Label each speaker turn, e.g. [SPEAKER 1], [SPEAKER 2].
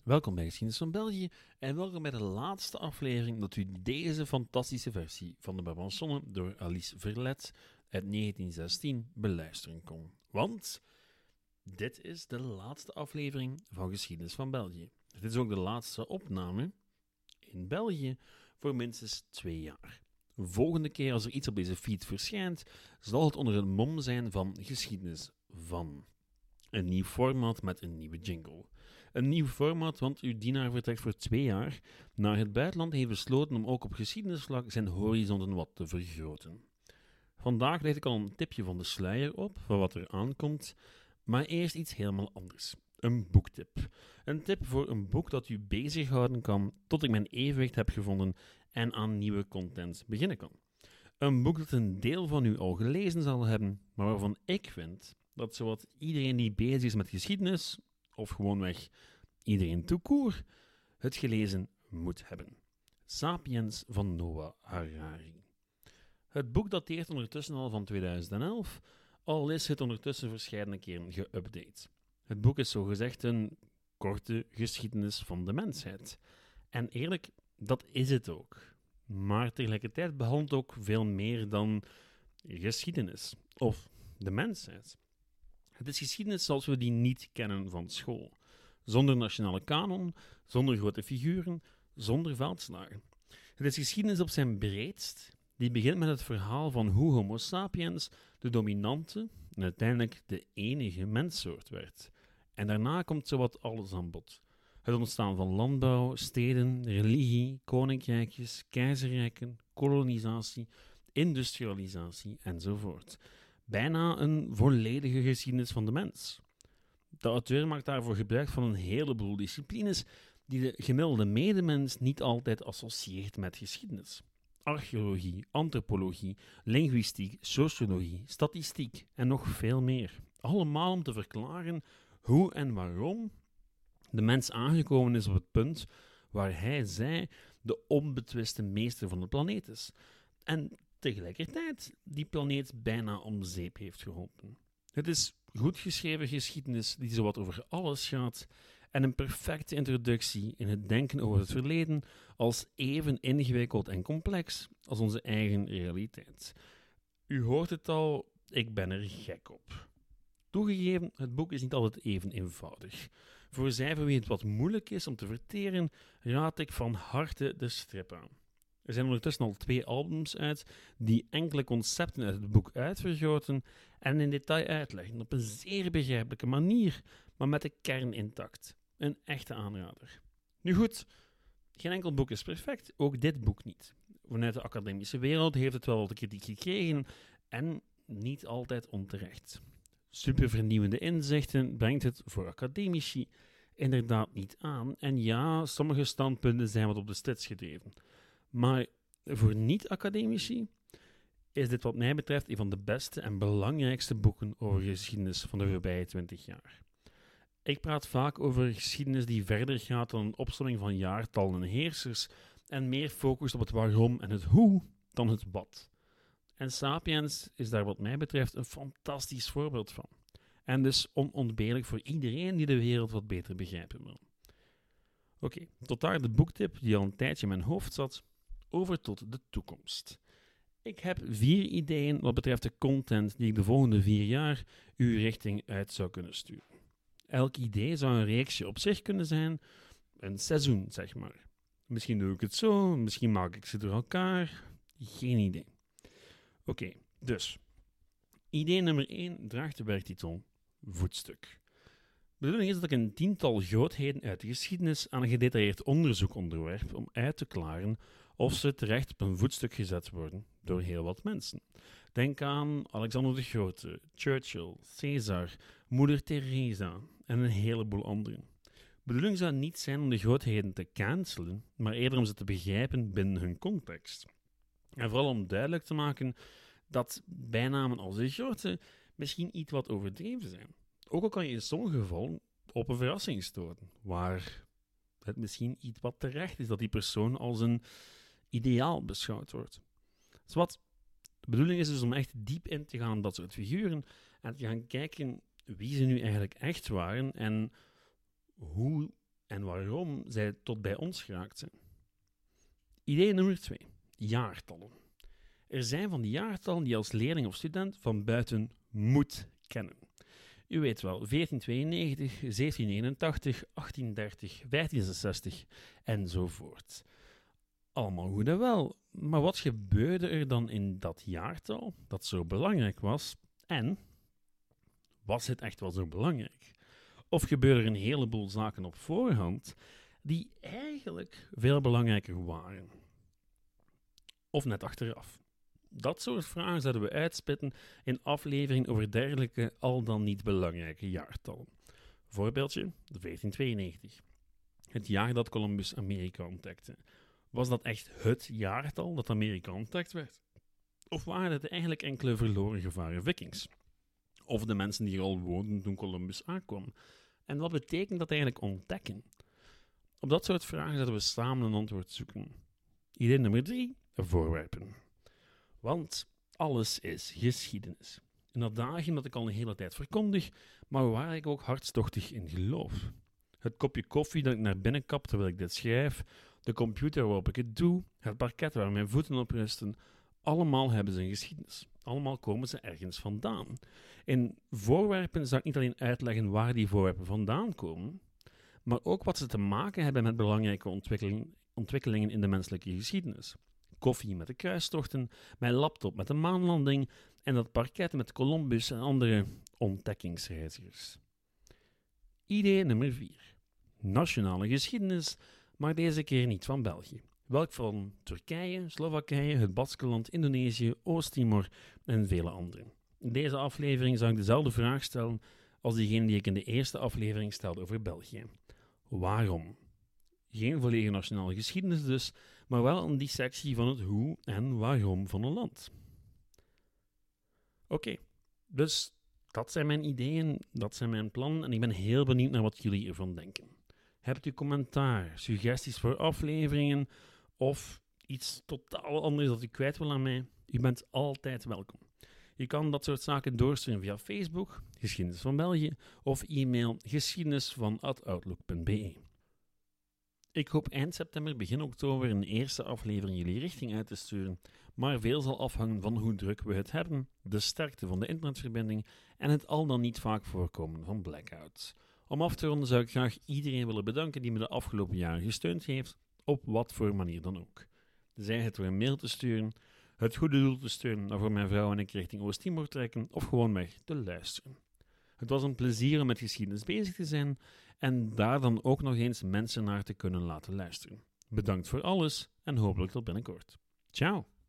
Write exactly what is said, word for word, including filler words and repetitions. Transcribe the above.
[SPEAKER 1] Welkom bij Geschiedenis van België en welkom bij de laatste aflevering dat u deze fantastische versie van de Brabançonne door Alice Verlet uit negentien zestien beluisteren kon. Want dit is de laatste aflevering van Geschiedenis van België. Dit is ook de laatste opname in België voor minstens twee jaar. Volgende keer als er iets op deze feed verschijnt, zal het onder het mom zijn van Geschiedenis van. Een nieuw format met een nieuwe jingle. Een nieuw format, want uw dienaar vertrekt voor twee jaar naar het buitenland en heeft besloten om ook op geschiedenisvlak zijn horizonten wat te vergroten. Vandaag leg ik al een tipje van de sluier op van wat er aankomt, maar eerst iets helemaal anders. Een boektip. Een tip voor een boek dat u bezighouden kan tot ik mijn evenwicht heb gevonden en aan nieuwe content beginnen kan. Een boek dat een deel van u al gelezen zal hebben, maar waarvan ik vind dat zowat iedereen die bezig is met geschiedenis, of gewoonweg iedereen tout court, het gelezen moet hebben. Sapiens van Noah Harari. Het boek dateert ondertussen al van tweeduizend elf, al is het ondertussen verscheidene keren geüpdate. Het boek is zogezegd een korte geschiedenis van de mensheid. En eerlijk, dat is het ook. Maar tegelijkertijd behandelt ook veel meer dan geschiedenis, of de mensheid. Het is geschiedenis zoals we die niet kennen van school. Zonder nationale kanon, zonder grote figuren, zonder veldslagen. Het is geschiedenis op zijn breedst, die begint met het verhaal van hoe Homo sapiens de dominante en uiteindelijk de enige menssoort werd. En daarna komt zowat alles aan bod. Het ontstaan van landbouw, steden, religie, koninkrijkjes, keizerrijken, kolonisatie, industrialisatie enzovoort. Bijna een volledige geschiedenis van de mens. De auteur maakt daarvoor gebruik van een heleboel disciplines die de gemiddelde medemens niet altijd associeert met geschiedenis. Archeologie, antropologie, linguïstiek, sociologie, statistiek en nog veel meer. Allemaal om te verklaren hoe en waarom de mens aangekomen is op het punt waar hij, zij, de onbetwiste meester van de planeet is. En tegelijkertijd die planeet bijna om zeep heeft geholpen. Het is goed geschreven geschiedenis die zowat over alles gaat en een perfecte introductie in het denken over het verleden als even ingewikkeld en complex als onze eigen realiteit. U hoort het al, ik ben er gek op. Toegegeven, het boek is niet altijd even eenvoudig. Voor zij voor wie het wat moeilijk is om te verteren, raad ik van harte de strip aan. Er zijn ondertussen al twee albums uit die enkele concepten uit het boek uitvergroten en in detail uitleggen op een zeer begrijpelijke manier, maar met de kern intact. Een echte aanrader. Nu goed, geen enkel boek is perfect, ook dit boek niet. Vanuit de academische wereld heeft het wel wat kritiek gekregen en niet altijd onterecht. Supervernieuwende inzichten brengt het voor academici inderdaad niet aan en ja, sommige standpunten zijn wat op de stits gedreven. Maar voor niet-academici is dit wat mij betreft een van de beste en belangrijkste boeken over geschiedenis van de voorbije twintig jaar. Ik praat vaak over geschiedenis die verder gaat dan een opsomming van jaartallen en heersers en meer focust op het waarom en het hoe dan het wat. En Sapiens is daar wat mij betreft een fantastisch voorbeeld van. En dus onontbeerlijk voor iedereen die de wereld wat beter begrijpen wil. Oké, okay, tot daar de boektip die al een tijdje in mijn hoofd zat. Over tot de toekomst. Ik heb vier ideeën wat betreft de content die ik de volgende vier jaar uw richting uit zou kunnen sturen. Elk idee zou een reeksje op zich kunnen zijn, een seizoen zeg maar. Misschien doe ik het zo, misschien maak ik ze door elkaar, geen idee. Oké, okay, dus. Idee nummer één draagt de werktitel Voetstuk. De bedoeling is dat ik een tiental grootheden uit de geschiedenis aan een gedetailleerd onderzoek onderwerp om uit te klaren of ze terecht op een voetstuk gezet worden door heel wat mensen. Denk aan Alexander de Grote, Churchill, Caesar, Moeder Teresa en een heleboel anderen. De bedoeling zou niet zijn om de grootheden te cancelen, maar eerder om ze te begrijpen binnen hun context. En vooral om duidelijk te maken dat bijnamen als de Grote misschien iets wat overdreven zijn. Ook al kan je in sommige gevallen op een verrassing stoten, waar het misschien iets wat terecht is dat die persoon als een ideaal beschouwd wordt. Dus wat de bedoeling is dus om echt diep in te gaan op dat soort figuren en te gaan kijken wie ze nu eigenlijk echt waren en hoe en waarom zij tot bij ons geraakt zijn. Idee nummer twee. Jaartallen. Er zijn van die jaartallen die je als leerling of student van buiten moet kennen. U weet wel, veertien tweeënnegentig, zeventien eenentachtig, achttien dertig, vijftien zesenzestig enzovoort. Allemaal goed en wel, maar wat gebeurde er dan in dat jaartal dat zo belangrijk was? En was het echt wel zo belangrijk? Of gebeuren er een heleboel zaken op voorhand die eigenlijk veel belangrijker waren? Of net achteraf? Dat soort vragen zouden we uitspitten in afleveringen over dergelijke al dan niet belangrijke jaartallen. Voorbeeldje, vijftien tweeënnegentig. Het jaar dat Columbus Amerika ontdekte. Was dat echt het jaartal dat Amerika ontdekt werd? Of waren het eigenlijk enkele verloren gevaren vikings? Of de mensen die er al woonden toen Columbus aankwam? En wat betekent dat eigenlijk ontdekken? Op dat soort vragen zouden we samen een antwoord zoeken. Idee nummer drie, voorwerpen. Want alles is geschiedenis. Een adagium dat ik al een hele tijd verkondig, maar waar ik ook hartstochtig in geloof. Het kopje koffie dat ik naar binnen kap terwijl ik dit schrijf, de computer waarop ik het doe, het parket waar mijn voeten op rusten, allemaal hebben ze een geschiedenis. Allemaal komen ze ergens vandaan. In voorwerpen zal ik niet alleen uitleggen waar die voorwerpen vandaan komen, maar ook wat ze te maken hebben met belangrijke ontwikkeling, ontwikkelingen in de menselijke geschiedenis. Koffie met de kruistochten, mijn laptop met de maanlanding en dat parket met Columbus en andere ontdekkingsreizigers. Idee nummer vier. Nationale geschiedenis, maar deze keer niet van België. Welk van Turkije, Slowakije, het Baskenland, Indonesië, Oost-Timor en vele anderen. In deze aflevering zal ik dezelfde vraag stellen als diegene die ik in de eerste aflevering stelde over België. Waarom? Geen volledige nationale geschiedenis dus, maar wel een dissectie van het hoe en waarom van een land. Oké, okay, dus dat zijn mijn ideeën, dat zijn mijn plannen en ik ben heel benieuwd naar wat jullie ervan denken. Hebt u commentaar, suggesties voor afleveringen of iets totaal anders dat u kwijt wil aan mij? U bent altijd welkom. Je kan dat soort zaken doorsturen via Facebook, Geschiedenis van België, of e-mail geschiedenis van at outlook punt be. Ik hoop eind september, begin oktober een eerste aflevering jullie richting uit te sturen, maar veel zal afhangen van hoe druk we het hebben, de sterkte van de internetverbinding en het al dan niet vaak voorkomen van blackouts. Om af te ronden zou ik graag iedereen willen bedanken die me de afgelopen jaren gesteund heeft, op wat voor manier dan ook. Zij het door een mail te sturen, het goede doel te steunen waarvoor mijn vrouw en ik richting Oost-Timor trekken, of gewoonweg te luisteren. Het was een plezier om met geschiedenis bezig te zijn en daar dan ook nog eens mensen naar te kunnen laten luisteren. Bedankt voor alles en hopelijk tot binnenkort. Ciao!